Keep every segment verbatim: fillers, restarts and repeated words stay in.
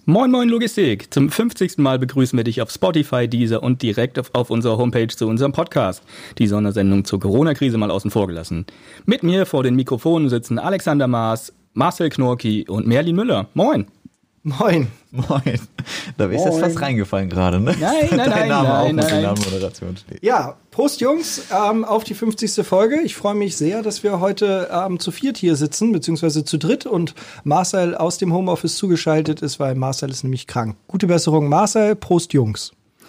Moin Moin Logistik! Zum fünfzigsten Mal begrüßen wir dich auf Spotify, Deezer und direkt auf, auf unserer Homepage zu unserem Podcast. Die Sondersendung zur Corona-Krise mal außen vor gelassen. Mit mir vor den Mikrofonen sitzen Alexander Maas, Marcel Knorki und Merlin Müller. Moin! Moin. Moin. Da bist du jetzt fast reingefallen gerade, ne? Nein, nein, Dein nein, Name nein, auch nein. mit in der Moderation steht. Ja, Prost Jungs ähm, auf die fünfzigste Folge. Ich freue mich sehr, dass wir heute ähm, zu viert hier sitzen, beziehungsweise zu dritt und Marcel aus dem Homeoffice zugeschaltet ist, weil Marcel ist nämlich krank. Gute Besserung, Marcel. Prost Jungs.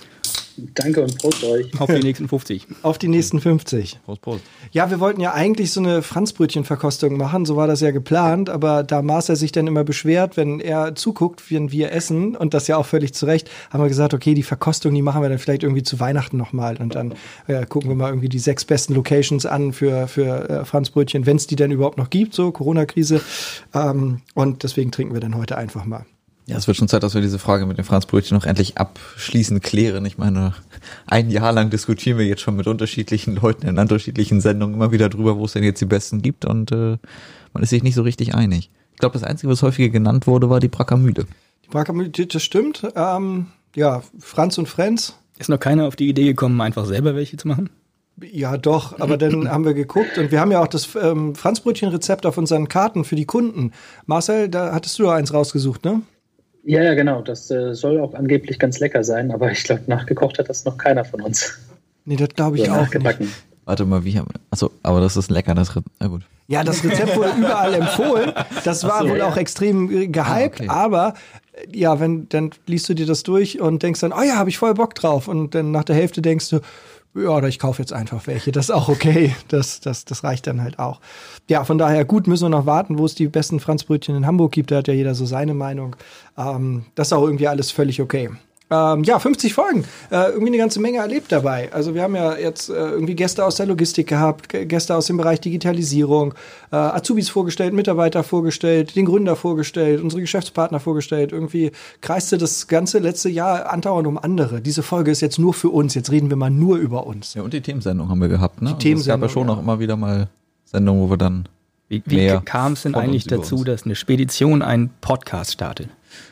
Danke und Prost euch. Auf die nächsten fünfzig. Auf die nächsten fünfzig. Prost, Prost. Ja, wir wollten ja eigentlich so eine Franzbrötchenverkostung machen, so war das ja geplant, aber da Marcel sich dann immer beschwert, wenn er zuguckt, wenn wir essen, und das ja auch völlig zu Recht, haben wir gesagt, okay, die Verkostung, die machen wir dann vielleicht irgendwie zu Weihnachten nochmal und dann äh, gucken wir mal irgendwie die sechs besten Locations an für, für äh, Franzbrötchen, wenn es die denn überhaupt noch gibt, so Corona-Krise, ähm, und deswegen trinken wir dann heute einfach mal. Ja, es wird schon Zeit, dass wir diese Frage mit dem Franzbrötchen noch endlich abschließend klären. Ich meine, ein Jahr lang diskutieren wir jetzt schon mit unterschiedlichen Leuten in unterschiedlichen Sendungen immer wieder drüber, wo es denn jetzt die besten gibt, und äh, man ist sich nicht so richtig einig. Ich glaube, das Einzige, was häufiger genannt wurde, war die Brackermühle. Die Brackermühle, das stimmt. Ähm, ja, Franz und Frenz. Ist noch keiner auf die Idee gekommen, einfach selber welche zu machen? Ja, doch, aber dann haben wir geguckt und wir haben ja auch das ähm, Franzbrötchen-Rezept auf unseren Karten für die Kunden. Marcel, da hattest du doch eins rausgesucht, ne? Ja, ja, genau. Das äh, soll auch angeblich ganz lecker sein, aber ich glaube, nachgekocht hat das noch keiner von uns. Nee, das glaube ich so auch nicht. Warte mal, wie haben wir... Achso, aber das ist lecker, das Rezept. Na gut. Ja, das Rezept wurde überall empfohlen. Das war so, wohl ja. auch extrem äh, gehypt, Ah, okay. aber äh, ja, wenn dann liest du dir das durch und denkst dann, oh ja, habe ich voll Bock drauf. Und dann nach der Hälfte denkst du, ja, oder ich kaufe jetzt einfach welche. Das ist auch okay. Das, das, das reicht dann halt auch. Ja, von daher gut, müssen wir noch warten, wo es die besten Franzbrötchen in Hamburg gibt. Da hat ja jeder so seine Meinung. Ähm, das ist auch irgendwie alles völlig okay. Ähm, ja, fünfzig Folgen. Äh, irgendwie eine ganze Menge erlebt dabei. Also wir haben ja jetzt äh, irgendwie Gäste aus der Logistik gehabt, G- Gäste aus dem Bereich Digitalisierung, äh, Azubis vorgestellt, Mitarbeiter vorgestellt, den Gründer vorgestellt, unsere Geschäftspartner vorgestellt. Irgendwie kreiste das ganze letzte Jahr andauernd um andere. Diese Folge ist jetzt nur für uns. Jetzt reden wir mal nur über uns. Ja, und die Themensendung haben wir gehabt, ne? Die Also es gab ja Themensendung, schon ja. auch immer wieder mal Sendungen, wo wir dann Wie, wie mehr kam es denn von eigentlich uns über dazu, uns. dass eine Spedition einen Podcast startet?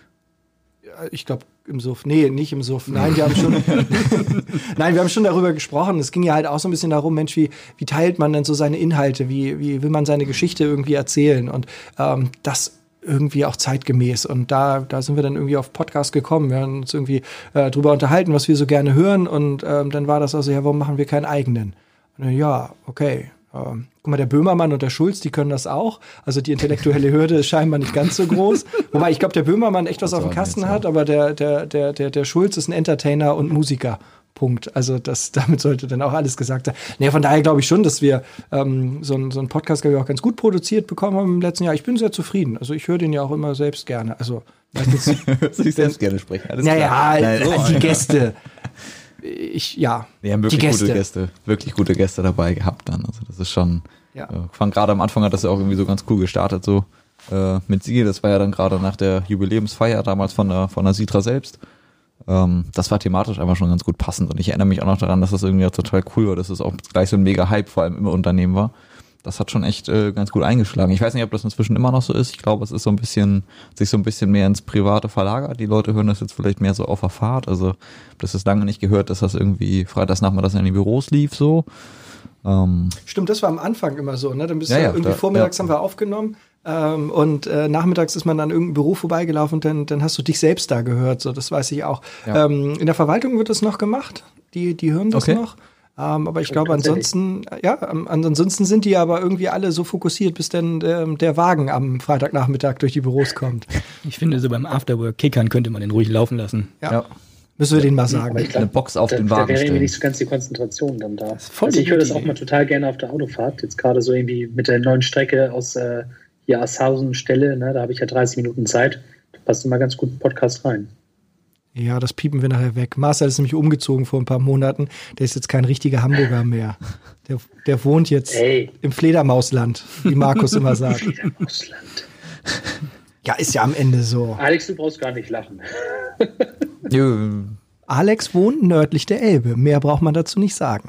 Ja, ich glaube, im Suff. Nee, nicht im Suff. Nein, wir haben schon, nein, wir haben schon darüber gesprochen. Es ging ja halt auch so ein bisschen darum, Mensch, wie, wie teilt man denn so seine Inhalte? Wie, wie will man seine Geschichte irgendwie erzählen? Und ähm, das irgendwie auch zeitgemäß. Und da, da sind wir dann irgendwie auf Podcast gekommen. Wir haben uns irgendwie äh, drüber unterhalten, was wir so gerne hören. Und ähm, dann war das also, ja, warum machen wir keinen eigenen? Und dann, ja, okay. Ähm, guck mal, der Böhmermann und der Schulz, die können das auch. Also die intellektuelle Hürde ist scheinbar nicht ganz so groß. Wobei, ich glaube, der Böhmermann echt was Das auf dem war Kasten jetzt, hat, ja. aber der, der, der, der, der Schulz ist ein Entertainer und Musiker. Punkt. Also das, damit sollte dann auch alles gesagt sein. Naja, von daher glaube ich schon, dass wir ähm, so einen so einen Podcast, glaube ich, auch ganz gut produziert bekommen haben im letzten Jahr. Ich bin sehr zufrieden. Also ich höre den ja auch immer selbst gerne. Also meistens, Hörst du dich selbst gerne sprechen. Alles naja, klar. Nein, also oh, die ja. Gäste. Ich, ja, Wir haben die wirklich Gäste. gute Gäste, wirklich gute Gäste dabei gehabt dann. Also das ist schon, Ja. äh, fand gerade am Anfang hat das ja auch irgendwie so ganz cool gestartet, so äh, mit Sie, das war ja dann gerade nach der Jubiläumsfeier damals von der von der Sitra selbst. Ähm, das war thematisch einfach schon ganz gut passend, und ich erinnere mich auch noch daran, dass das irgendwie auch total cool war, dass es auch gleich so ein mega Hype vor allem im Unternehmen war. Das hat schon echt äh, ganz gut eingeschlagen. Ich weiß nicht, ob das inzwischen immer noch so ist. Ich glaube, es ist so ein bisschen, sich so ein bisschen mehr ins Private verlagert. Die Leute hören das jetzt vielleicht mehr so auf der Fahrt. Also, das ist lange nicht gehört, dass das irgendwie freitags nachmittags in die Büros lief, so. Ähm, Stimmt, das war am Anfang immer so. Ne? Dann bist Ja, du ja, irgendwie da- vormittags ja. haben wir aufgenommen ähm, und äh, nachmittags ist man an irgendeinem Büro vorbeigelaufen und dann, dann hast du dich selbst da gehört. So, das weiß ich auch. Ja. Ähm, in der Verwaltung wird das noch gemacht. Die, die hören das Okay. noch. Ähm, aber ich glaube, tatsächlich. ansonsten, ja, am- ansonsten sind die aber irgendwie alle so fokussiert, bis dann ähm, der Wagen am Freitagnachmittag durch die Büros kommt. Ich finde, so beim Afterwork-Kickern könnte man den ruhig laufen lassen. Ja, ja. müssen wir denen mal sagen. Aber ich glaub, Eine Box auf da, den da Wagen wäre irgendwie stellen. nicht so ganz die Konzentration dann da. ist voll Also die ich höre das gute auch mal total gerne auf der Autofahrt. Jetzt gerade so irgendwie mit der neuen Strecke aus äh, hier Asshausen Stelle, ne, da habe ich ja dreißig Minuten Zeit. Da passt immer ganz gut ein Podcast rein. Ja, das piepen wir nachher weg. Marcel ist nämlich umgezogen vor ein paar Monaten. Der ist jetzt kein richtiger Hamburger mehr. Der, der wohnt jetzt Ey. im Fledermausland, wie Markus immer sagt. Russland. Ja, ist ja am Ende so. Alex, du brauchst gar nicht lachen. Nö, Alex wohnt nördlich der Elbe. Mehr braucht man dazu nicht sagen.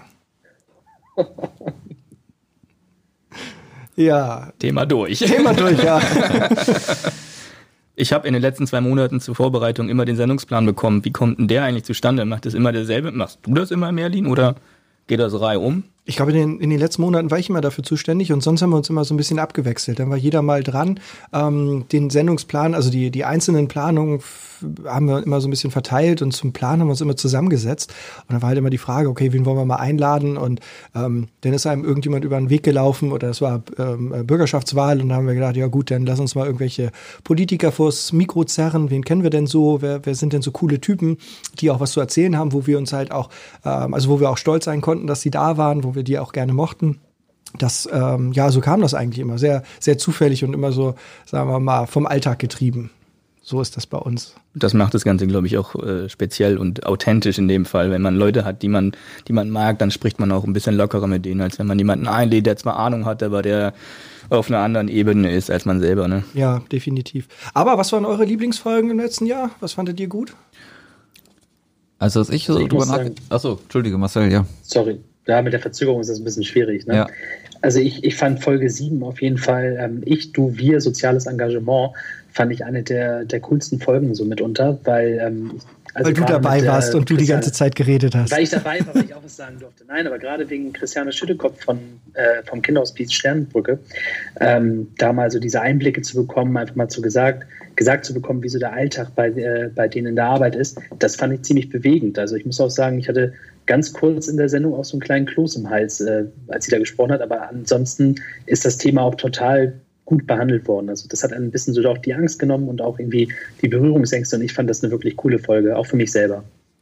Ja, Thema durch. Thema durch, ja. Ich habe in den letzten zwei Monaten zur Vorbereitung immer den Sendungsplan bekommen. Wie kommt denn der eigentlich zustande? Macht das immer derselbe? Machst du das immer, Merlin, oder geht das Reihe um? Ich glaube, in den, in den letzten Monaten war ich immer dafür zuständig und sonst haben wir uns immer so ein bisschen abgewechselt. Dann war jeder mal dran. Ähm, den Sendungsplan, also die, die einzelnen Planungen f- haben wir immer so ein bisschen verteilt und zum Plan haben wir uns immer zusammengesetzt. Und dann war halt immer die Frage, okay, wen wollen wir mal einladen? Und ähm, dann ist einem irgendjemand über den Weg gelaufen oder es war ähm, Bürgerschaftswahl und dann haben wir gedacht, ja gut, dann lass uns mal irgendwelche Politiker vors Mikro zerren. Wen kennen wir denn so? Wer, wer sind denn so coole Typen, die auch was zu erzählen haben, wo wir uns halt auch, ähm, also wo wir auch stolz sein konnten, dass sie da waren, wo wir die auch gerne mochten. Das, ähm, ja, so kam das eigentlich immer. Sehr, sehr zufällig und immer so, sagen wir mal, vom Alltag getrieben. So ist das bei uns. Das macht das Ganze, glaube ich, auch äh, speziell und authentisch in dem Fall. Wenn man Leute hat, die man, die man mag, dann spricht man auch ein bisschen lockerer mit denen, als wenn man jemanden einlädt, der zwar Ahnung hat, aber der auf einer anderen Ebene ist als man selber, ne? Ja, definitiv. Aber was waren eure Lieblingsfolgen im letzten Jahr? Was fandet ihr gut? Also, als ich so Also ich drüber muss nach... sagen- Achso, Entschuldige, Marcel, ja. Sorry, ja, mit der Verzögerung ist das ein bisschen schwierig. Ne? Ja. Also ich, ich fand Folge sieben auf jeden Fall, ähm, ich, du, wir, soziales Engagement, fand ich eine der, der coolsten Folgen so mitunter, weil... Ähm, also Weil du gerade dabei mit, warst äh, und du die Christiane- ganze Zeit geredet hast. Weil ich dabei war, weil ich auch was sagen durfte. Nein, aber gerade wegen Christiane Schüttekopf von, äh, vom Kinderhospiz Sternenbrücke, ähm, da mal so diese Einblicke zu bekommen, einfach mal zu gesagt, gesagt zu bekommen, wie so der Alltag bei, äh, bei denen in der Arbeit ist, das fand ich ziemlich bewegend. Also ich muss auch sagen, ich hatte ganz kurz in der Sendung auch so einen kleinen Kloß im Hals, äh, als sie da gesprochen hat, aber ansonsten ist das Thema auch total gut behandelt worden. Also das hat ein bisschen so auch die Angst genommen und auch irgendwie die Berührungsängste und ich fand das eine wirklich coole Folge, auch für mich selber.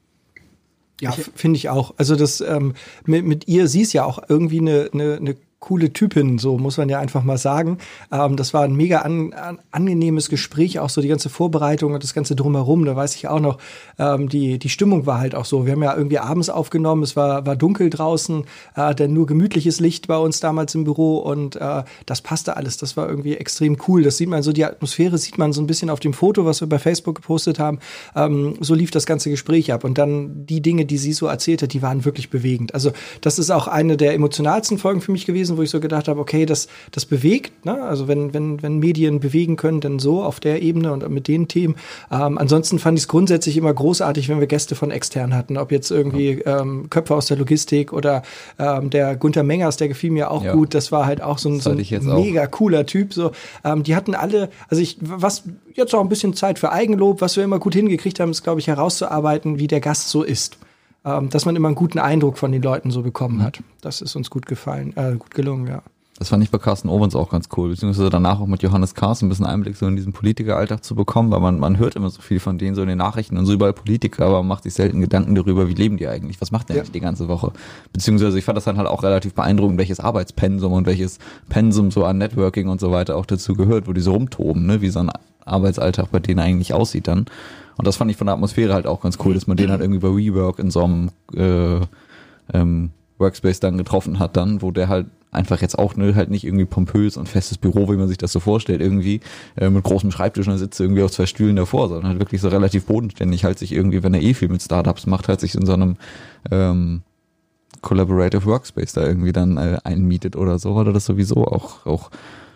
Ja, f- finde ich auch. Also das ähm, mit, mit ihr, sie ist ja auch irgendwie eine, eine, eine coole Typin, so muss man ja einfach mal sagen. Ähm, das war ein mega an, an, angenehmes Gespräch, auch so die ganze Vorbereitung und das ganze Drumherum. Da weiß ich auch noch, ähm, die, die Stimmung war halt auch so. Wir haben ja irgendwie abends aufgenommen, es war, war dunkel draußen, äh, denn nur gemütliches Licht bei uns damals im Büro und äh, das passte alles. Das war irgendwie extrem cool. Das sieht man so, die Atmosphäre sieht man so ein bisschen auf dem Foto, was wir bei Facebook gepostet haben. Ähm, so lief das ganze Gespräch ab. Und dann die Dinge, die sie so erzählt hat, die waren wirklich bewegend. Also das ist auch eine der emotionalsten Folgen für mich gewesen, wo ich so gedacht habe, okay, das, das bewegt, ne? Also wenn, wenn, wenn Medien bewegen können, dann so auf der Ebene und mit den Themen. Ähm, ansonsten fand ich es grundsätzlich immer großartig, wenn wir Gäste von extern hatten, ob jetzt irgendwie ähm, Köpfe aus der Logistik oder ähm, der Gunther Mengers, der gefiel mir auch Ja. gut. Das war halt auch so ein, Das so hatte ein ich jetzt auch. mega cooler Typ. So, ähm, die hatten alle, also ich, was jetzt auch ein bisschen Zeit für Eigenlob, was wir immer gut hingekriegt haben, ist, glaube ich, herauszuarbeiten, wie der Gast so ist. Ähm, dass man immer einen guten Eindruck von den Leuten so bekommen hat. Das ist uns gut gefallen, äh, gut gelungen, ja. Das fand ich bei Carsten Owens auch ganz cool, beziehungsweise danach auch mit Johannes Kahrs ein bisschen Einblick so in diesen Politikeralltag zu bekommen, weil man, man hört immer so viel von denen so in den Nachrichten und so überall Politiker, aber man macht sich selten Gedanken darüber, wie leben die eigentlich, was macht der Ja. eigentlich die ganze Woche, beziehungsweise ich fand das dann halt auch relativ beeindruckend, welches Arbeitspensum und welches Pensum so an Networking und so weiter auch dazu gehört, wo die so rumtoben, ne, wie so ein Arbeitsalltag bei denen eigentlich aussieht dann. Und das fand ich von der Atmosphäre halt auch ganz cool, dass man den halt irgendwie bei WeWork in so einem äh, ähm, Workspace dann getroffen hat dann, wo der halt einfach jetzt auch ne, halt nicht irgendwie pompös und festes Büro, wie man sich das so vorstellt, irgendwie äh, mit großem Schreibtisch und dann sitzt er irgendwie auf zwei Stühlen davor, sondern halt wirklich so relativ bodenständig, halt sich irgendwie, wenn er eh viel mit Startups macht, halt sich in so einem ähm, Collaborative Workspace da irgendwie dann äh, einmietet oder so, weil er das sowieso auch, auch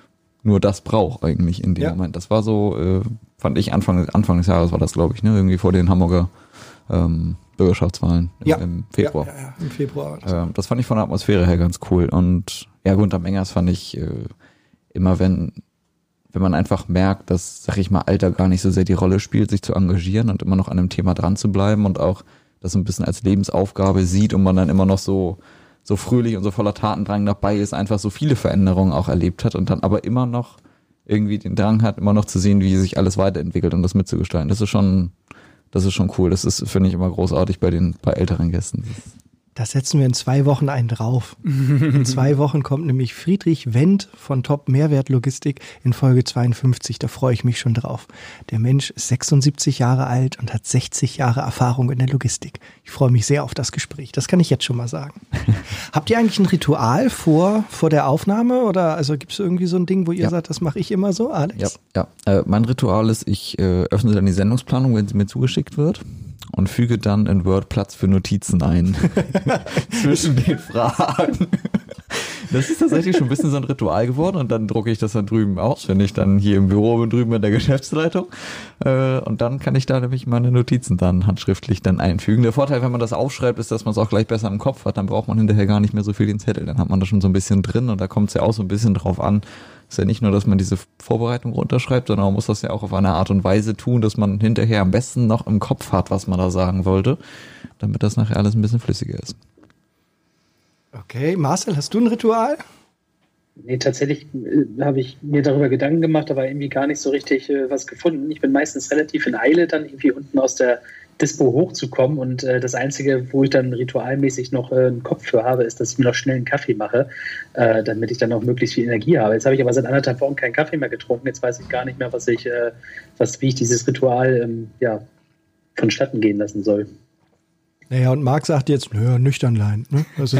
nur das braucht eigentlich in dem Ja. Moment. Das war so, äh, fand ich Anfang, Anfang des Jahres war das, glaube ich, ne, irgendwie vor den Hamburger ähm, Bürgerschaftswahlen im, Ja. im Februar. Ja, ja, ja, im Februar. Ähm, das fand ich von der Atmosphäre her ganz cool. Und ja, Gunther Mengers fand ich äh, immer, wenn wenn man einfach merkt, dass, sag ich mal, Alter gar nicht so sehr die Rolle spielt, sich zu engagieren und immer noch an einem Thema dran zu bleiben und auch das ein bisschen als Lebensaufgabe sieht und man dann immer noch so so fröhlich und so voller Tatendrang dabei ist, einfach so viele Veränderungen auch erlebt hat und dann aber immer noch irgendwie den Drang hat, immer noch zu sehen, wie sich alles weiterentwickelt und das mitzugestalten. Das ist schon Das ist schon cool. Das ist, finde ich, immer großartig bei den, bei älteren Gästen. Da setzen wir in zwei Wochen einen drauf. In zwei Wochen kommt nämlich Friedrich Wendt von Top Mehrwert Logistik in Folge zweiundfünfzig. Da freue ich mich schon drauf. Der Mensch ist sechsundsiebzig Jahre alt und hat sechzig Jahre Erfahrung in der Logistik. Ich freue mich sehr auf das Gespräch. Das kann ich jetzt schon mal sagen. Habt ihr eigentlich ein Ritual vor, vor der Aufnahme? Oder also gibt es irgendwie so ein Ding, wo ihr Ja. sagt, das mache ich immer so, Alex? Ja, ja. Äh, mein Ritual ist, ich äh, öffne dann die Sendungsplanung, wenn sie mir zugeschickt wird und füge dann in Word Platz für Notizen ein. Zwischen den Fragen. Das ist tatsächlich schon ein bisschen so ein Ritual geworden und dann drucke ich das dann drüben aus, wenn ich dann hier im Büro bin, drüben in der Geschäftsleitung. Äh, und dann kann ich da nämlich meine Notizen dann handschriftlich dann einfügen. Der Vorteil, wenn man das aufschreibt, ist, dass man es auch gleich besser im Kopf hat. Dann braucht man hinterher gar nicht mehr so viel den Zettel. Dann hat man das schon so ein bisschen drin und da kommt es ja auch so ein bisschen drauf an. Ist ja nicht nur, dass man diese Vorbereitung runterschreibt, sondern man muss das ja auch auf eine Art und Weise tun, dass man hinterher am besten noch im Kopf hat, was man da sagen wollte, damit das nachher alles ein bisschen flüssiger ist. Okay, Marcel, hast du ein Ritual? Nee, tatsächlich äh, habe ich mir darüber Gedanken gemacht, aber irgendwie gar nicht so richtig äh, was gefunden. Ich bin meistens relativ in Eile, dann irgendwie unten aus der Dispo hochzukommen und äh, das Einzige, wo ich dann ritualmäßig noch äh, einen Kopf für habe, ist, dass ich mir noch schnell einen Kaffee mache, äh, damit ich dann auch möglichst viel Energie habe. Jetzt habe ich aber seit anderthalb Wochen keinen Kaffee mehr getrunken. Jetzt weiß ich gar nicht mehr, was ich, äh, was, wie ich dieses Ritual ähm, ja, vonstatten gehen lassen soll. Naja, und Marc sagt jetzt, naja, Nüchternlein. Ne? Also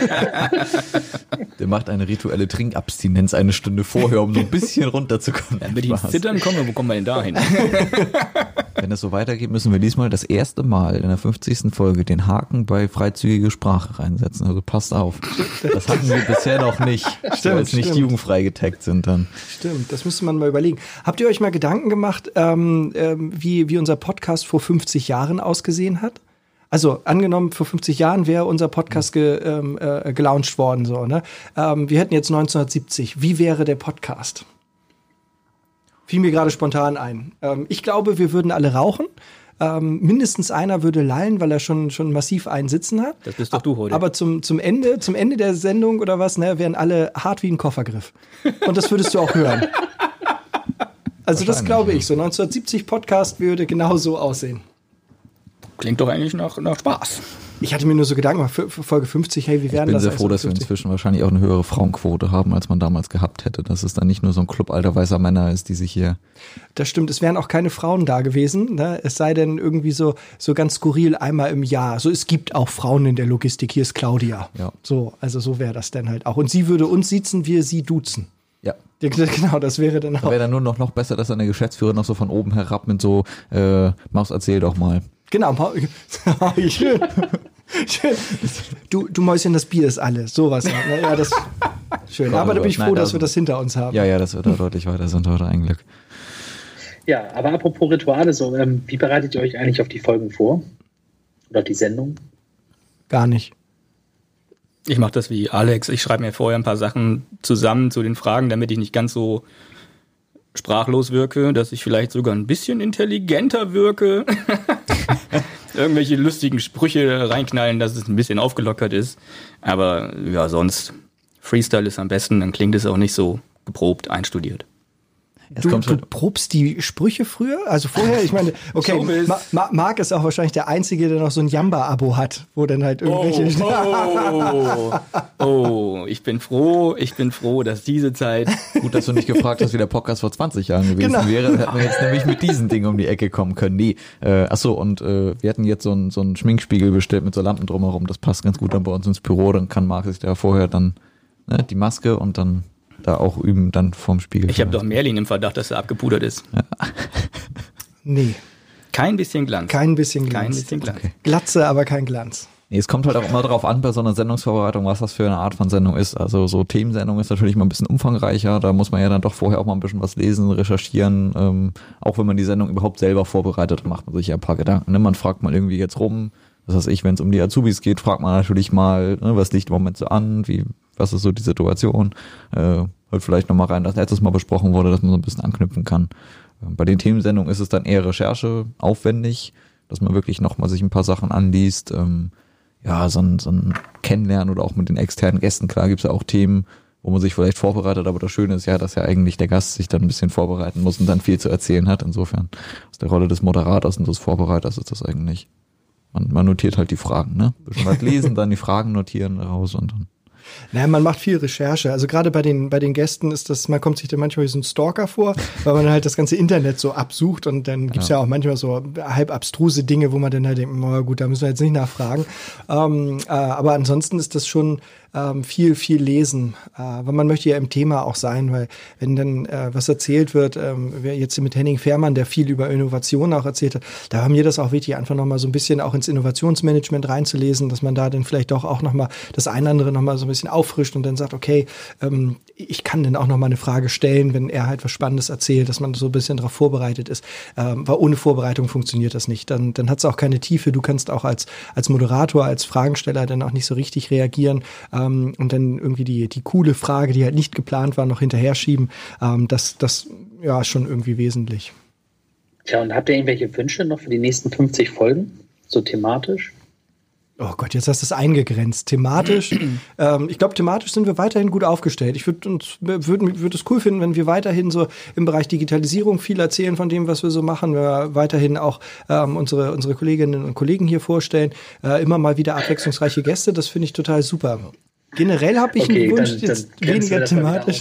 Der macht eine rituelle Trinkabstinenz eine Stunde vorher, um so ein bisschen runterzukommen. Damit ich ins Zittern komme, wo kommen wir denn da hin? Wenn es so weitergeht, müssen wir diesmal das erste Mal in der fünfzigsten Folge den Haken bei freizügige Sprache reinsetzen. Also passt auf. Das hatten wir bisher noch nicht, Stimmt, weil es nicht stimmt. jugendfrei getaggt sind dann. Stimmt, das müsste man mal überlegen. Habt ihr euch mal Gedanken gemacht, ähm, ähm, wie, wie unser Podcast vor fünfzig Jahren ausgesehen hat? Also angenommen, vor fünfzig Jahren wäre unser Podcast ge, ähm, äh, gelauncht worden. So, ne? ähm, wir hätten jetzt neunzehnhundertsiebzig. Wie wäre der Podcast? Fiel mir gerade spontan ein. Ähm, ich glaube, wir würden alle rauchen. Ähm, mindestens einer würde lallen, weil er schon, schon massiv einen Sitzen hat. Das bist doch du heute. Aber zum, zum, Ende, zum Ende der Sendung oder was, ne, wären alle hart wie ein Koffergriff. Und das würdest du auch hören. Also das glaube ich. So neunzehnhundertsiebzig Podcast würde genau so aussehen. Klingt doch eigentlich nach, nach Spaß. Ich hatte mir nur so Gedanken gemacht, für, für Folge fünfzig, hey, wie wären Ich bin das? sehr froh, dass wir fünfzig? inzwischen wahrscheinlich auch eine höhere Frauenquote haben, als man damals gehabt hätte. Dass es dann nicht nur so ein Club alter weißer Männer ist, die sich hier... Das stimmt, es wären auch keine Frauen da gewesen, ne? Es sei denn irgendwie so, so ganz skurril einmal im Jahr. So, es gibt auch Frauen in der Logistik, hier ist Claudia. Ja. So, also so wäre das dann halt auch. Und sie würde uns siezen, wir sie duzen. Ja. Ja, genau, das wäre dann Da auch. wäre dann nur noch, noch besser, dass dann der Geschäftsführer noch so von oben herab mit so, äh, Maus, erzähl doch mal. Genau, schön. Schön. Du, du Mäuschen, das Bier ist alle. Sowas. Ne? Ja, das schön. Aber da bin ich froh, Nein, dass also- wir das hinter uns haben. Ja, ja, das wird da deutlich weiter sind heute ein Glück. Ja, aber apropos Rituale, so, ähm, wie bereitet ihr euch eigentlich auf die Folgen vor? Oder auf die Sendung? Gar nicht. Ich mache das wie Alex. Ich schreibe mir vorher ein paar Sachen zusammen zu den Fragen, damit ich nicht ganz so sprachlos wirke, dass ich vielleicht sogar ein bisschen intelligenter wirke. Irgendwelche lustigen Sprüche reinknallen, dass es ein bisschen aufgelockert ist. Aber ja, sonst Freestyle ist am besten, dann klingt es auch nicht so geprobt, einstudiert. Es Du, kommt du schon, probst die Sprüche früher? Also vorher, ich meine, okay, Showbiz. Ma Ma Marc ist auch wahrscheinlich der Einzige, der noch so ein Jamba-Abo hat, wo dann halt irgendwelche... Oh, oh, oh, ich bin froh, ich bin froh, dass diese Zeit... gut, dass du nicht gefragt hast, wie der Podcast vor zwanzig Jahren gewesen Genau. wäre. Da hätten wir jetzt nämlich mit diesen Dingen um die Ecke kommen können. Nee, äh, achso, und äh, wir hatten jetzt so einen so einen Schminkspiegel bestellt mit so Lampen drumherum. Das passt ganz gut dann bei uns ins Büro. Dann kann Marc sich da vorher dann ne, die Maske und dann da auch üben, dann vorm Spiegel. Ich habe doch Merlin im Verdacht, dass er abgepudert ist. Nee, Kein bisschen Glanz. kein bisschen Kein Glanz. bisschen Glanz. Okay. Glatze, aber kein Glanz. Nee, es kommt halt auch immer darauf an, bei so einer Sendungsvorbereitung, was das für eine Art von Sendung ist. Also so Themensendung ist natürlich mal ein bisschen umfangreicher. Da muss man ja dann doch vorher auch mal ein bisschen was lesen, recherchieren. Ähm, auch wenn man die Sendung überhaupt selber vorbereitet, macht man sich ja ein paar Gedanken. Ne? Man fragt mal irgendwie jetzt rum. Das heißt, ich, wenn es um die Azubis geht, fragt man natürlich mal, ne, was liegt im Moment so an, wie, was ist so die Situation. Äh, hört vielleicht nochmal rein, dass letztes Mal besprochen wurde, dass man so ein bisschen anknüpfen kann. Ähm, bei den Themensendungen ist es dann eher Recherche aufwendig, dass man wirklich nochmal sich ein paar Sachen anliest. Ähm, ja, so ein, so ein Kennenlernen oder auch mit den externen Gästen. Klar gibt's ja auch Themen, wo man sich vielleicht vorbereitet, aber das Schöne ist ja, dass ja eigentlich der Gast sich dann ein bisschen vorbereiten muss und dann viel zu erzählen hat. Insofern aus der Rolle des Moderators und des Vorbereiters ist das eigentlich, man, man notiert halt die Fragen, ne? Ein bisschen was lesen, dann die Fragen notieren raus und dann. Naja, man macht viel Recherche. Also gerade bei den, bei den Gästen ist das, man kommt sich dann manchmal wie so ein Stalker vor, weil man halt das ganze Internet so absucht und dann gibt's ja. ja auch manchmal so halb abstruse Dinge, wo man dann halt denkt, oh, gut, da müssen wir jetzt nicht nachfragen. Ähm, äh, aber ansonsten ist das schon ähm, viel, viel lesen, äh, weil man möchte ja im Thema auch sein, weil wenn dann äh, was erzählt wird, ähm, wer jetzt mit Henning Fährmann, der viel über Innovation auch erzählt hat, da war mir das auch wichtig, einfach nochmal so ein bisschen auch ins Innovationsmanagement reinzulesen, dass man da dann vielleicht doch auch nochmal das eine oder andere nochmal so ein bisschen bisschen auffrischt und dann sagt, okay, ähm, ich kann dann auch noch mal eine Frage stellen, wenn er halt was Spannendes erzählt, dass man so ein bisschen darauf vorbereitet ist. Ähm, weil ohne Vorbereitung funktioniert das nicht. Dann, dann hat es auch keine Tiefe. Du kannst auch als, als Moderator, als Fragensteller dann auch nicht so richtig reagieren ähm, und dann irgendwie die, die coole Frage, die halt nicht geplant war, noch hinterher schieben. Ähm, das, das ja schon irgendwie wesentlich. Tja, und habt ihr irgendwelche Wünsche noch für die nächsten fünfzig Folgen? So thematisch? Oh Gott, jetzt hast du es eingegrenzt. Thematisch, ähm, ich glaube, thematisch sind wir weiterhin gut aufgestellt. Ich würde uns würde würd es cool finden, wenn wir weiterhin so im Bereich Digitalisierung viel erzählen von dem, was wir so machen. Wir weiterhin auch ähm, unsere unsere Kolleginnen und Kollegen hier vorstellen. Äh, immer mal wieder abwechslungsreiche Gäste. Das finde ich total super. Generell habe ich okay, einen Wunsch, dann, jetzt dann weniger thematisch.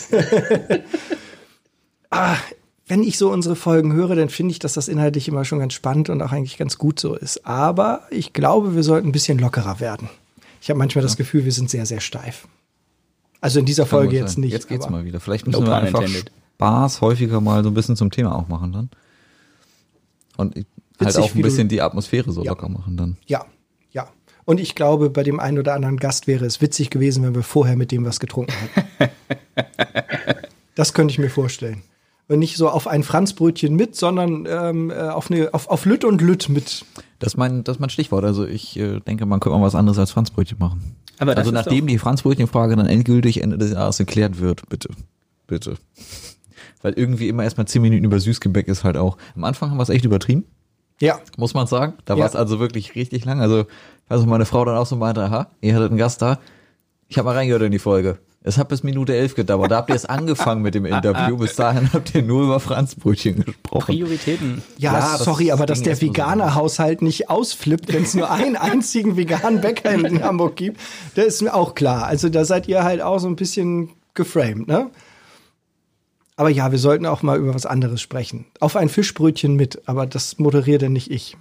ah, Wenn ich so unsere Folgen höre, dann finde ich, dass das inhaltlich immer schon ganz spannend und auch eigentlich ganz gut so ist. Aber ich glaube, wir sollten ein bisschen lockerer werden. Ich habe manchmal ja. das Gefühl, wir sind sehr, sehr steif. Also in dieser Folge jetzt nicht. Jetzt geht's mal wieder. Vielleicht müssen no wir einfach intended. Spaß häufiger mal so ein bisschen zum Thema auch machen dann. Und halt Witzig, auch ein bisschen die Atmosphäre so ja. locker machen dann. Ja, ja. Und ich glaube, bei dem einen oder anderen Gast wäre es witzig gewesen, wenn wir vorher mit dem was getrunken hätten. Das könnte ich mir vorstellen. Und nicht so auf ein Franzbrötchen mit, sondern ähm, auf, eine, auf, auf Lütt und Lütt mit. Das ist mein, das ist mein Stichwort. Also ich äh, denke, man könnte mal was anderes als Franzbrötchen machen. Aber also nachdem die Franzbrötchenfrage dann endgültig Ende des Jahres geklärt wird, bitte, bitte. Weil irgendwie immer erstmal zehn Minuten über Süßgebäck ist halt auch. Am Anfang haben wir es echt übertrieben. Ja. Muss man sagen. Da ja. war es also wirklich richtig lang. Also, ich weiß nicht, meine Frau dann auch so meinte, aha, ihr hattet einen Gast da. Ich habe mal reingehört in die Folge. Es hat bis Minute elf gedauert. Da habt ihr es angefangen mit dem Interview. Bis dahin habt ihr nur über Franzbrötchen gesprochen. Prioritäten. Ja, ja sorry, aber dass der Veganer-Haushalt nicht ausflippt, wenn es nur einen einzigen veganen Bäcker in Hamburg gibt, das ist mir auch klar. Also da seid ihr halt auch so ein bisschen geframed, ne? Aber ja, wir sollten auch mal über was anderes sprechen. Auf ein Fischbrötchen mit, aber das moderiere dann nicht ich.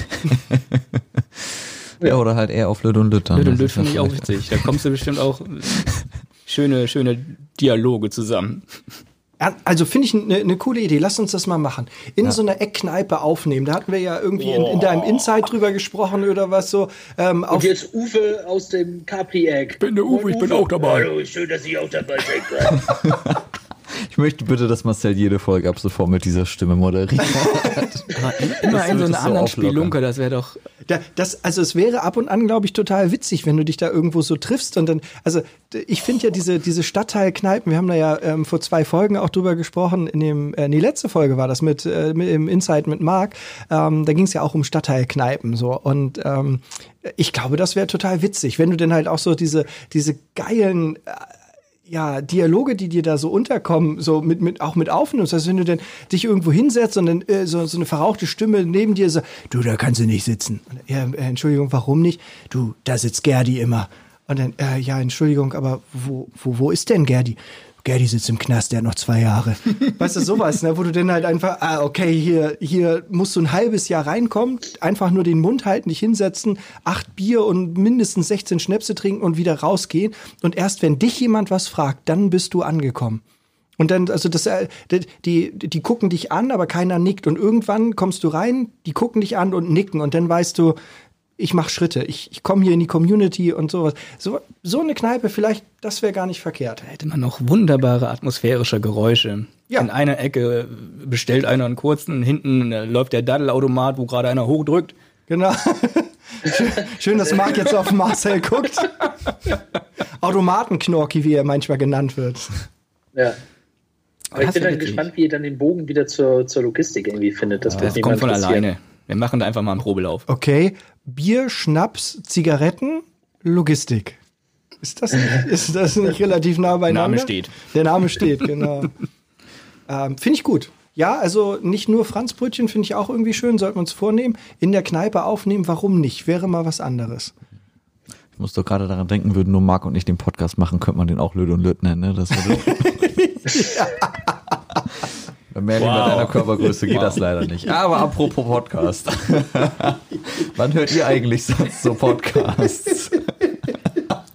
Ja, oder halt eher auf Lütt und Lütt. Lütt und Lütt finde ich auch witzig. Da kommst du bestimmt auch schöne, schöne Dialoge zusammen. Also finde ich eine ne coole Idee. Lass uns das mal machen. In ja. so einer Eckkneipe aufnehmen. Da hatten wir ja irgendwie oh. in, in deinem Inside drüber gesprochen oder was so. Ähm, und hier ist Uwe aus dem Capri-Eck. Ich bin der Uwe, ich bin auch dabei. Hallo, schön, dass ich auch dabei sein kann. Ich möchte bitte, dass Marcel jede Folge ab sofort mit dieser Stimme moderiert. Immer in so einer anderen Spielunke, das wäre doch... Da, das, also es wäre ab und an, glaube ich, total witzig, wenn du dich da irgendwo so triffst und dann, also ich finde ja diese, diese Stadtteilkneipen, wir haben da ja ähm, vor zwei Folgen auch drüber gesprochen, in dem, äh, die letzte Folge war das mit, äh, mit im Insight mit Marc, ähm, da ging es ja auch um Stadtteilkneipen so und ähm, ich glaube, das wäre total witzig, wenn du denn halt auch so diese, diese geilen äh, ja, Dialoge, die dir da so unterkommen, so mit, mit, auch mit aufnimmst. Also wenn du dann dich irgendwo hinsetzt und dann äh, so, so eine verrauchte Stimme neben dir sagt, du, da kannst du nicht sitzen. Und, ja, äh, Entschuldigung, warum nicht? Du, da sitzt Gerdi immer. Und dann, äh, ja, Entschuldigung, aber wo, wo, wo ist denn Gerdi? Gerdi sitzt im Knast, der hat noch zwei Jahre. Weißt du, sowas, ne, wo du dann halt einfach, ah, okay, hier, hier musst du ein halbes Jahr reinkommen, einfach nur den Mund halten, dich hinsetzen, acht Bier und mindestens sechzehn Schnäpse trinken und wieder rausgehen. Und erst wenn dich jemand was fragt, dann bist du angekommen. Und dann, also das, die, die gucken dich an, aber keiner nickt. Und irgendwann kommst du rein, die gucken dich an und nicken. Und dann weißt du, ich mache Schritte, ich, ich komme hier in die Community und sowas. So, so eine Kneipe, vielleicht, das wäre gar nicht verkehrt. Da hätte man noch wunderbare atmosphärische Geräusche. Ja. In einer Ecke bestellt einer einen kurzen, hinten läuft der Daddelautomat, wo gerade einer hochdrückt. Genau. Schön, schön, dass Marc jetzt auf Marcel guckt. Automatenknorki, wie er manchmal genannt wird. Ja. Aber ich bin dann gespannt, wie ihr dann den Bogen wieder zur, zur Logistik irgendwie findet. Das, ja, das kommt von alleine. Wir machen da einfach mal einen Probelauf. Okay. Bier, Schnaps, Zigaretten, Logistik. Ist das nicht, ist das nicht relativ nah beieinander? Der Name steht. Der Name steht, genau. ähm, finde ich gut. Ja, also nicht nur Franzbrötchen finde ich auch irgendwie schön, sollten wir uns vornehmen. In der Kneipe aufnehmen, warum nicht? Wäre mal was anderes. Ich muss doch gerade daran denken, würden nur Marc und ich den Podcast machen, könnte man den auch Lütt und Lütt nennen, ne? Das würde ja. Bei Merlin wow. bei deiner Körpergröße geht wow. das leider nicht. Aber apropos Podcast. Wann hört ihr eigentlich sonst so Podcasts?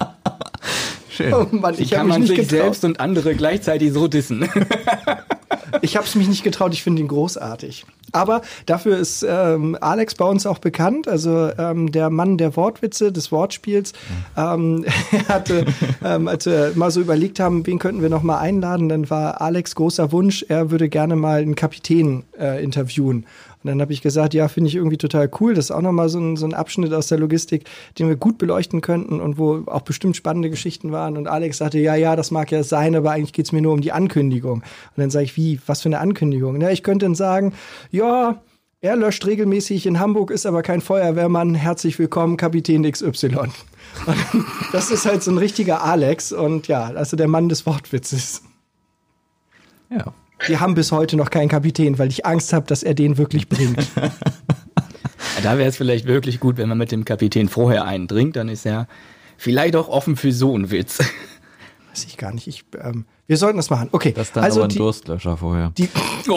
Schön. Oh Mann, ich habe mich nicht sich getraut. Selbst und andere gleichzeitig so dissen. Ich habe es mich nicht getraut, ich finde ihn großartig. Aber dafür ist ähm, Alex bei uns auch bekannt, also ähm, der Mann der Wortwitze, des Wortspiels. Ähm, er hatte, ähm, als wir mal so überlegt haben, wen könnten wir noch mal einladen, dann war Alex großer Wunsch, er würde gerne mal einen Kapitän äh, interviewen. Und dann habe ich gesagt, ja, finde ich irgendwie total cool. Das ist auch nochmal so ein, so ein Abschnitt aus der Logistik, den wir gut beleuchten könnten und wo auch bestimmt spannende Geschichten waren. Und Alex sagte, ja, ja, das mag ja sein, aber eigentlich geht's mir nur um die Ankündigung. Und dann sage ich, wie, was für eine Ankündigung? Ja, ich könnte dann sagen, ja, er löscht regelmäßig in Hamburg, ist aber kein Feuerwehrmann. Herzlich willkommen, Kapitän X Y. Und das ist halt so ein richtiger Alex und ja, also der Mann des Wortwitzes. Ja. Wir haben bis heute noch keinen Kapitän, weil ich Angst habe, dass er den wirklich bringt. Ja, da wäre es vielleicht wirklich gut, wenn man mit dem Kapitän vorher einen trinkt, dann ist er vielleicht auch offen für so einen Witz. Weiß ich gar nicht. Ich, ähm, wir sollten das machen. Okay. Das ist dann also aber ein die, Durstlöscher vorher. Die, Oh,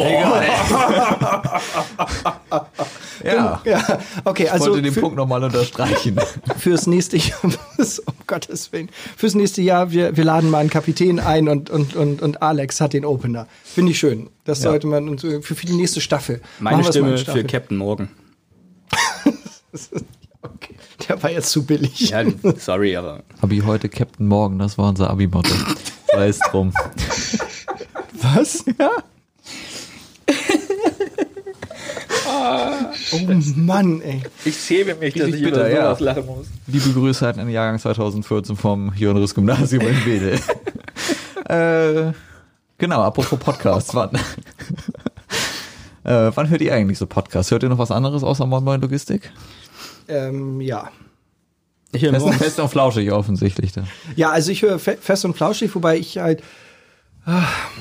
Ja. ja, okay, Ich also wollte den für, Punkt nochmal unterstreichen. fürs nächste Jahr, um Gottes Willen, fürs nächste Jahr, wir, wir laden mal einen Kapitän ein und, und, und, und Alex hat den Opener. Finde ich schön. Das Ja. sollte man, und für, für die nächste Staffel. Meine Machen wir's mal Stimme in Staffel. für Captain Morgan. Okay, der war jetzt zu billig. Ja, sorry, aber Abi heute, Captain Morgan, das war unser Abi-Motto. Sei es drum. Was? Ja. Oh Mann, ey. ich schäme mich, dass ich über sowas lachen muss. Liebe Grüße an den Jahrgang zweitausendvierzehn vom Johannes-Gymnasium in Wedel. äh, genau, apropos Podcast. Wann, äh, wann hört ihr eigentlich so Podcasts? Hört ihr noch was anderes außer Moin Moin Logistik? Ähm, ja. Ich höre Fest, morgens, fest und flauschig offensichtlich. Da. Ja, also ich höre fe fest und flauschig, wobei ich halt. Ah,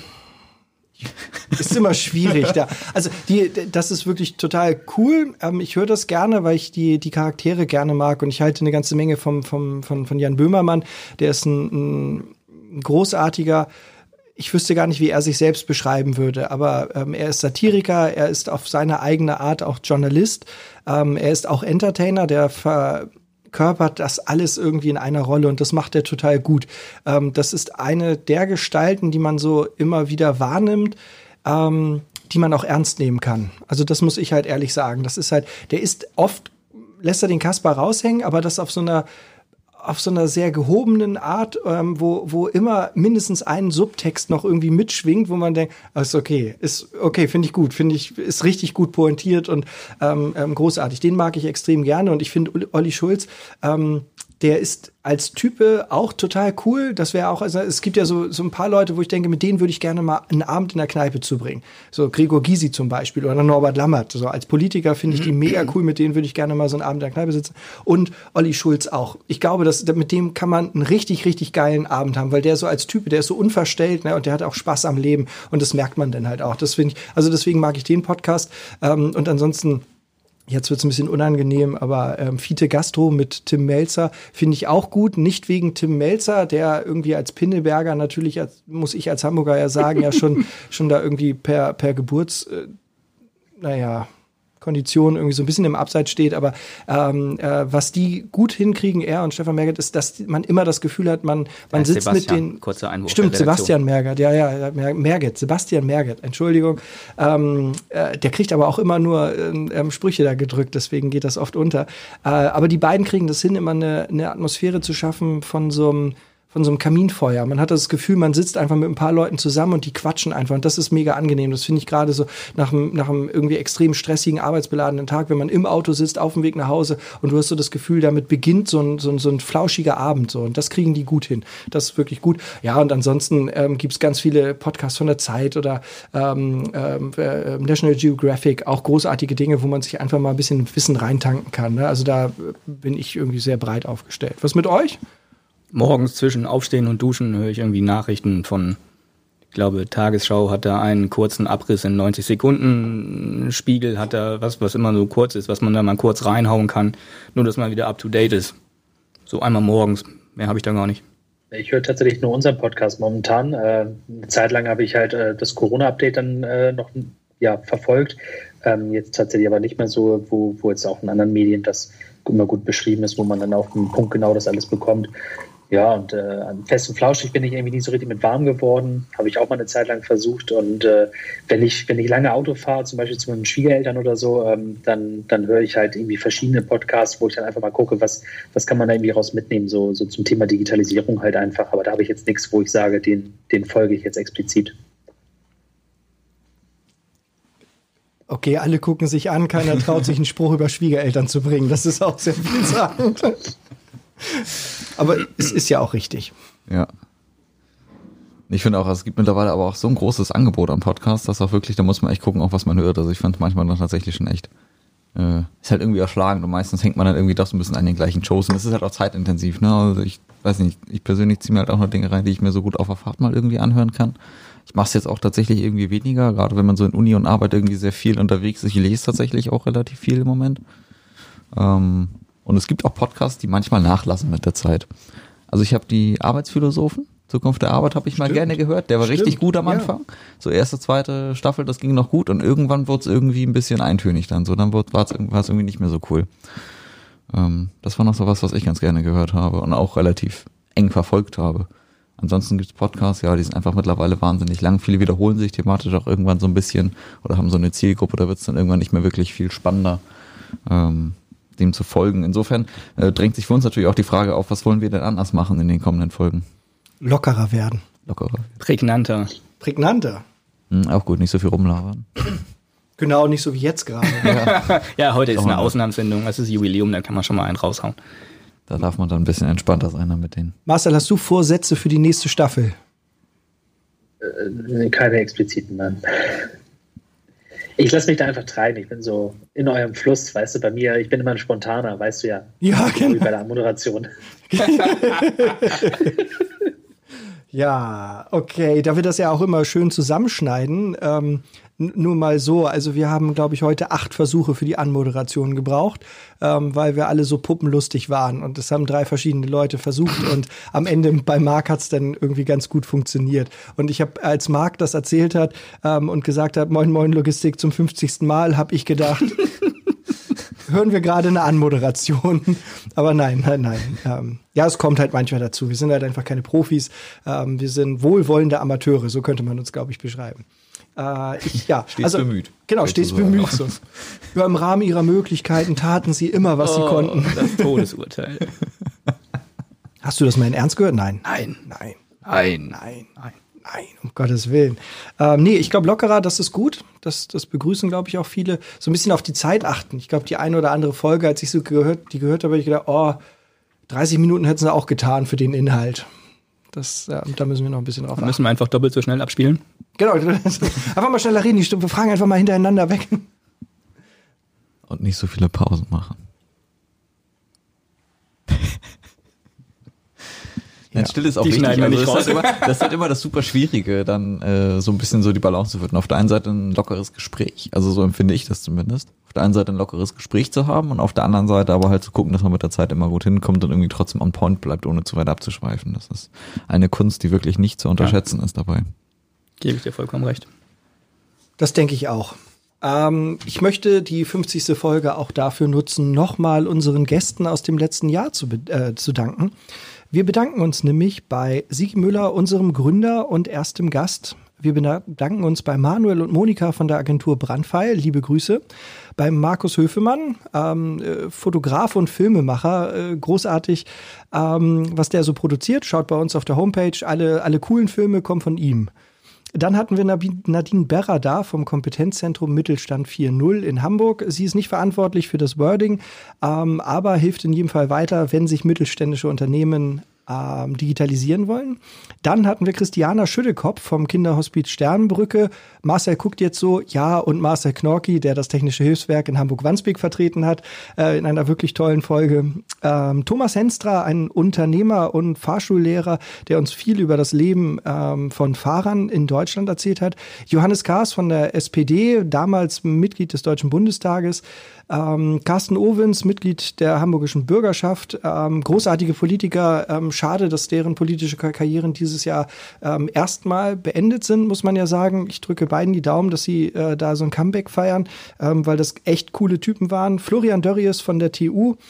ist immer schwierig da. Also die, das ist wirklich total cool. Ähm, ich höre das gerne, weil ich die, die Charaktere gerne mag und ich halte eine ganze Menge vom, vom, von, von Jan Böhmermann. Der ist ein, ein großartiger. Ich wüsste gar nicht, wie er sich selbst beschreiben würde, aber ähm, er ist Satiriker, er ist auf seine eigene Art auch Journalist, ähm, er ist auch Entertainer, der verkörpert das alles irgendwie in einer Rolle und das macht er total gut. Ähm, das ist eine der Gestalten, die man so immer wieder wahrnimmt, ähm, die man auch ernst nehmen kann. Also das muss ich halt ehrlich sagen. Das ist halt, der ist oft, lässt er den Kasper raushängen, aber das auf so einer auf so einer sehr gehobenen Art, ähm, wo, wo immer mindestens ein Subtext noch irgendwie mitschwingt, wo man denkt, ah, ist okay, ist okay, finde ich gut, finde ich, ist richtig gut pointiert und ähm, ähm, großartig. Den mag ich extrem gerne und ich finde Olli Schulz, ähm, der ist als Type auch total cool. Das wäre auch, also es gibt ja so, so ein paar Leute, wo ich denke, mit denen würde ich gerne mal einen Abend in der Kneipe zubringen. So Gregor Gysi zum Beispiel oder Norbert Lammert. So als Politiker finde ich die mega cool, mit denen würde ich gerne mal so einen Abend in der Kneipe sitzen. Und Olli Schulz auch. Ich glaube, dass mit dem kann man einen richtig, richtig geilen Abend haben, weil der so als Typ, der ist so unverstellt, ne, und der hat auch Spaß am Leben und das merkt man dann halt auch. Das finde ich, also deswegen mag ich den Podcast. Ähm, und ansonsten jetzt wird's ein bisschen unangenehm, aber ähm, Fiete Gastro mit Tim Melzer finde ich auch gut. Nicht wegen Tim Melzer, der irgendwie als Pinneberger natürlich, als, muss ich als Hamburger ja sagen, ja schon schon da irgendwie per per Geburts, äh, naja, Kondition irgendwie so ein bisschen im Abseits steht, aber ähm, äh, was die gut hinkriegen, er und Stefan Merget, ist, dass man immer das Gefühl hat, man man Ja, sitzt Sebastian, mit den kurzer Einwurf stimmt, der Redaktion. Sebastian Merget, ja, ja, Mer- Merget, Sebastian Merget, Entschuldigung, ähm, äh, der kriegt aber auch immer nur ähm, ähm, Sprüche da gedrückt, deswegen geht das oft unter. Äh, aber die beiden kriegen das hin, immer eine, eine Atmosphäre zu schaffen von so einem von so einem Kaminfeuer. Man hat das Gefühl, man sitzt einfach mit ein paar Leuten zusammen und die quatschen einfach. Und das ist mega angenehm. Das finde ich gerade so nach einem, nach einem irgendwie extrem stressigen, arbeitsbeladenen Tag, wenn man im Auto sitzt, auf dem Weg nach Hause und du hast so das Gefühl, damit beginnt so ein, so ein, so ein flauschiger Abend. So. Und das kriegen die gut hin. Das ist wirklich gut. Ja, und ansonsten ähm, gibt es ganz viele Podcasts von der Zeit oder ähm, äh, National Geographic, auch großartige Dinge, wo man sich einfach mal ein bisschen Wissen reintanken kann. Ne? Also da bin ich irgendwie sehr breit aufgestellt. Was mit euch? Morgens zwischen Aufstehen und Duschen höre ich irgendwie Nachrichten von, ich glaube, Tagesschau hat da einen kurzen Abriss in neunzig Sekunden, Spiegel hat da was, was immer so kurz ist, was man da mal kurz reinhauen kann, nur dass man wieder up to date ist. So einmal morgens, mehr habe ich da gar nicht. Ich höre tatsächlich nur unseren Podcast momentan. Äh, eine Zeit lang habe ich halt äh, das Corona-Update dann äh, noch ja, verfolgt. Ähm, jetzt tatsächlich aber nicht mehr so, wo, wo jetzt auch in anderen Medien das immer gut beschrieben ist, wo man dann auf den Punkt genau das alles bekommt. Ja, und äh, an Fest und Flauschig bin ich irgendwie nicht so richtig mit warm geworden. Habe ich auch mal eine Zeit lang versucht. Und äh, wenn ich wenn ich lange Auto fahre, zum Beispiel zu meinen Schwiegereltern oder so, ähm, dann, dann höre ich halt irgendwie verschiedene Podcasts, wo ich dann einfach mal gucke, was, was kann man da irgendwie raus mitnehmen, so, so zum Thema Digitalisierung halt einfach. Aber da habe ich jetzt nichts, wo ich sage, den, den folge ich jetzt explizit. Okay, alle gucken sich an, keiner traut sich einen Spruch über Schwiegereltern zu bringen. Das ist auch sehr vielsagend. Aber es ist ja auch richtig. Ja. Ich finde auch, es gibt mittlerweile aber auch so ein großes Angebot am Podcast, dass auch wirklich, da muss man echt gucken, auch was man hört. Also ich fand manchmal dann tatsächlich schon echt, äh, ist halt irgendwie erschlagend und meistens hängt man dann irgendwie doch so ein bisschen an den gleichen Shows und das ist halt auch zeitintensiv, ne? Also ich weiß nicht, ich persönlich ziehe mir halt auch noch Dinge rein, die ich mir so gut auf der Fahrt mal irgendwie anhören kann. Ich mache es jetzt auch tatsächlich irgendwie weniger, gerade wenn man so in Uni und Arbeit irgendwie sehr viel unterwegs ist. Ich lese tatsächlich auch relativ viel im Moment. Ähm, und es gibt auch Podcasts, die manchmal nachlassen mit der Zeit. Also ich habe die Arbeitsphilosophen, Zukunft der Arbeit, habe ich mal Stimmt. gerne gehört. Der war Stimmt. richtig gut am Ja. Anfang. So erste, zweite Staffel, das ging noch gut. Und irgendwann wurde es irgendwie ein bisschen eintönig dann. So, dann war es irgendwie nicht mehr so cool. Ähm, das war noch so was, was ich ganz gerne gehört habe und auch relativ eng verfolgt habe. Ansonsten gibt's Podcasts, ja, die sind einfach mittlerweile wahnsinnig lang. Viele wiederholen sich thematisch auch irgendwann so ein bisschen oder haben so eine Zielgruppe, da wird's dann irgendwann nicht mehr wirklich viel spannender, ähm, dem zu folgen. Insofern äh, drängt sich für uns natürlich auch die Frage auf, was wollen wir denn anders machen in den kommenden Folgen? Lockerer werden. Lockerer. Prägnanter. Prägnanter. Hm, auch gut, nicht so viel rumlabern. Genau, nicht so wie jetzt gerade. Ja, Ja, heute ist Doch, eine ne? Ausnahmesendung, das ist Jubiläum, da kann man schon mal einen raushauen. da darf man dann ein bisschen entspannter sein dann mit denen. Marcel, hast du Vorsätze für die nächste Staffel? Äh, keine expliziten, nein. Ich lasse mich da einfach treiben. Ich bin so in eurem Fluss, weißt du, bei mir, ich bin immer ein Spontaner, weißt du ja. Ja, Wie genau. bei der Moderation. Ja, okay, da wir das ja auch immer schön zusammenschneiden, ähm, n- nur mal so, also wir haben, glaube ich, heute acht Versuche für die Anmoderation gebraucht, ähm, weil wir alle so puppenlustig waren und das haben drei verschiedene Leute versucht und am Ende bei Marc hat's dann irgendwie ganz gut funktioniert. Und ich habe, als Marc das erzählt hat ähm, und gesagt hat, moin moin Logistik zum fünfzigsten Mal, habe ich gedacht, hören wir gerade eine Anmoderation. Aber nein, nein, nein. Ähm, ja, es kommt halt manchmal dazu. Wir sind halt einfach keine Profis. Ähm, wir sind wohlwollende Amateure, so könnte man uns, glaube ich, beschreiben. Äh, ich, ja, Stets bemüht. Genau, stets bemüht. So. Ja, im Rahmen ihrer Möglichkeiten taten sie immer, was sie konnten. Das Todesurteil. Hast du das mal in Ernst gehört? Nein. Nein. Nein. Nein. Nein. Nein. Nein, um Gottes Willen. Ähm, nee, ich glaube, lockerer, das ist gut. Das, das begrüßen, glaube ich, auch viele. So ein bisschen auf die Zeit achten. Ich glaube, die eine oder andere Folge, als ich so gehört, die gehört habe, habe ich gedacht, oh, dreißig Minuten hätten sie auch getan für den Inhalt. Das, äh, da müssen wir noch ein bisschen drauf Da achten. müssen wir einfach doppelt so schnell abspielen. Genau, einfach mal schneller reden. Die Stimmen, wir fragen einfach mal hintereinander weg. Und nicht so viele Pausen machen. Ja. Ja, Stille ist auch Die wichtig. schneiden wir Also nicht das, raus. ist halt immer, das ist halt immer das super Schwierige, dann äh, so ein bisschen so die Balance zu finden. Auf der einen Seite ein lockeres Gespräch, also so empfinde ich das zumindest. Auf der einen Seite ein lockeres Gespräch zu haben und auf der anderen Seite aber halt zu gucken, dass man mit der Zeit immer gut hinkommt und irgendwie trotzdem on point bleibt, ohne zu weit abzuschweifen. Das ist eine Kunst, die wirklich nicht zu unterschätzen ist dabei. Gebe ich dir vollkommen recht. Das denke ich auch. Ähm, ich möchte die fünfzigste Folge auch dafür nutzen, nochmal unseren Gästen aus dem letzten Jahr zu, be- äh, zu danken. Wir bedanken uns nämlich bei Sigi Müller, unserem Gründer und erstem Gast. Wir bedanken uns bei Manuel und Monika von der Agentur Brandpfeil. Liebe Grüße. Bei Markus Höfemann, ähm, äh, Fotograf und Filmemacher. Äh, großartig, ähm, was der so produziert. Schaut bei uns auf der Homepage. Alle, alle coolen Filme kommen von ihm. Dann hatten wir Nadine Berra da vom Kompetenzzentrum Mittelstand vier null in Hamburg. Sie ist nicht verantwortlich für das Wording, ähm, aber hilft in jedem Fall weiter, wenn sich mittelständische Unternehmen ähm, digitalisieren wollen. Dann hatten wir Christiana Schüttekopf vom Kinderhospiz Sternbrücke. Marcel guckt jetzt so, ja, und Marcel Knorki, der das Technische Hilfswerk in Hamburg-Wandsbek vertreten hat, äh, in einer wirklich tollen Folge. Ähm, Thomas Henstra, ein Unternehmer und Fahrschullehrer, der uns viel über das Leben ähm, von Fahrern in Deutschland erzählt hat. Johannes Kahrs von der S P D, damals Mitglied des Deutschen Bundestages. Ähm, Carsten Owens, Mitglied der Hamburgischen Bürgerschaft, ähm, großartige Politiker. Ähm, schade, dass deren politische Kar- Karrieren dieses Jahr ähm, erstmal beendet sind, muss man ja sagen. Ich drücke beiden die Daumen, dass sie äh, da so ein Comeback feiern, ähm, weil das echt coole Typen waren. Florian Dörries von der T U,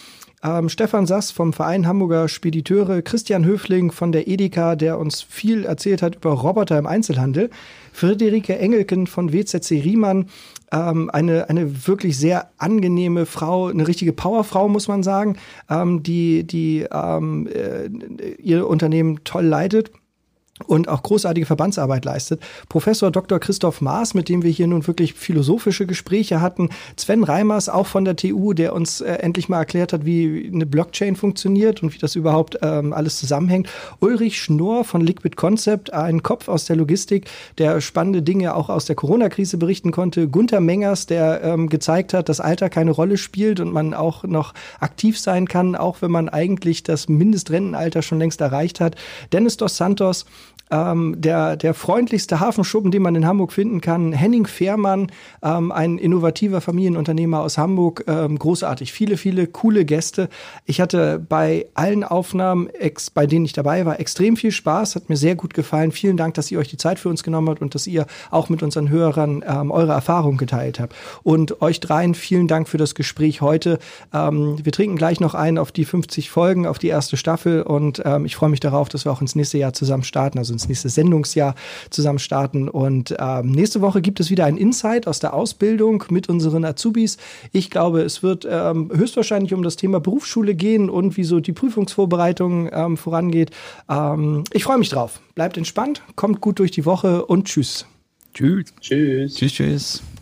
ähm, Stefan Sass vom Verein Hamburger Spediteure, Christian Höfling von der Edeka, der uns viel erzählt hat über Roboter im Einzelhandel, Friederike Engelken von W Z C Riemann, ähm, eine, eine wirklich sehr angenehme Frau, eine richtige Powerfrau, muss man sagen, ähm, die, die ähm, äh, ihr Unternehmen toll leitet und auch großartige Verbandsarbeit leistet. Professor Doktor Christoph Maas, mit dem wir hier nun wirklich philosophische Gespräche hatten. Sven Reimers, auch von der T U, der uns äh, endlich mal erklärt hat, wie eine Blockchain funktioniert und wie das überhaupt ähm, alles zusammenhängt. Ulrich Schnorr von Liquid Concept, ein Kopf aus der Logistik, der spannende Dinge auch aus der Corona-Krise berichten konnte. Gunther Mengers, der ähm, gezeigt hat, dass Alter keine Rolle spielt und man auch noch aktiv sein kann, auch wenn man eigentlich das Mindestrentenalter schon längst erreicht hat. Dennis dos Santos, Ähm, der, der freundlichste Hafenschuppen, den man in Hamburg finden kann. Henning Fehrmann, ähm, ein innovativer Familienunternehmer aus Hamburg. Ähm, großartig. Viele, viele coole Gäste. Ich hatte bei allen Aufnahmen, ex, bei denen ich dabei war, extrem viel Spaß. Hat mir sehr gut gefallen. Vielen Dank, dass ihr euch die Zeit für uns genommen habt und dass ihr auch mit unseren Hörern ähm, eure Erfahrungen geteilt habt. Und euch dreien vielen Dank für das Gespräch heute. Ähm, wir trinken gleich noch ein auf die fünfzig Folgen, auf die erste Staffel. Und ähm, ich freue mich darauf, dass wir auch ins nächste Jahr zusammen starten. Also ins nächste Sendungsjahr zusammen starten. Und ähm, nächste Woche gibt es wieder ein Insight aus der Ausbildung mit unseren Azubis. Ich glaube, es wird ähm, höchstwahrscheinlich um das Thema Berufsschule gehen und wie so die Prüfungsvorbereitung ähm, vorangeht. Ähm, ich freue mich drauf. Bleibt entspannt, kommt gut durch die Woche und tschüss. Tschüss. Tschüss. Tschüss, tschüss.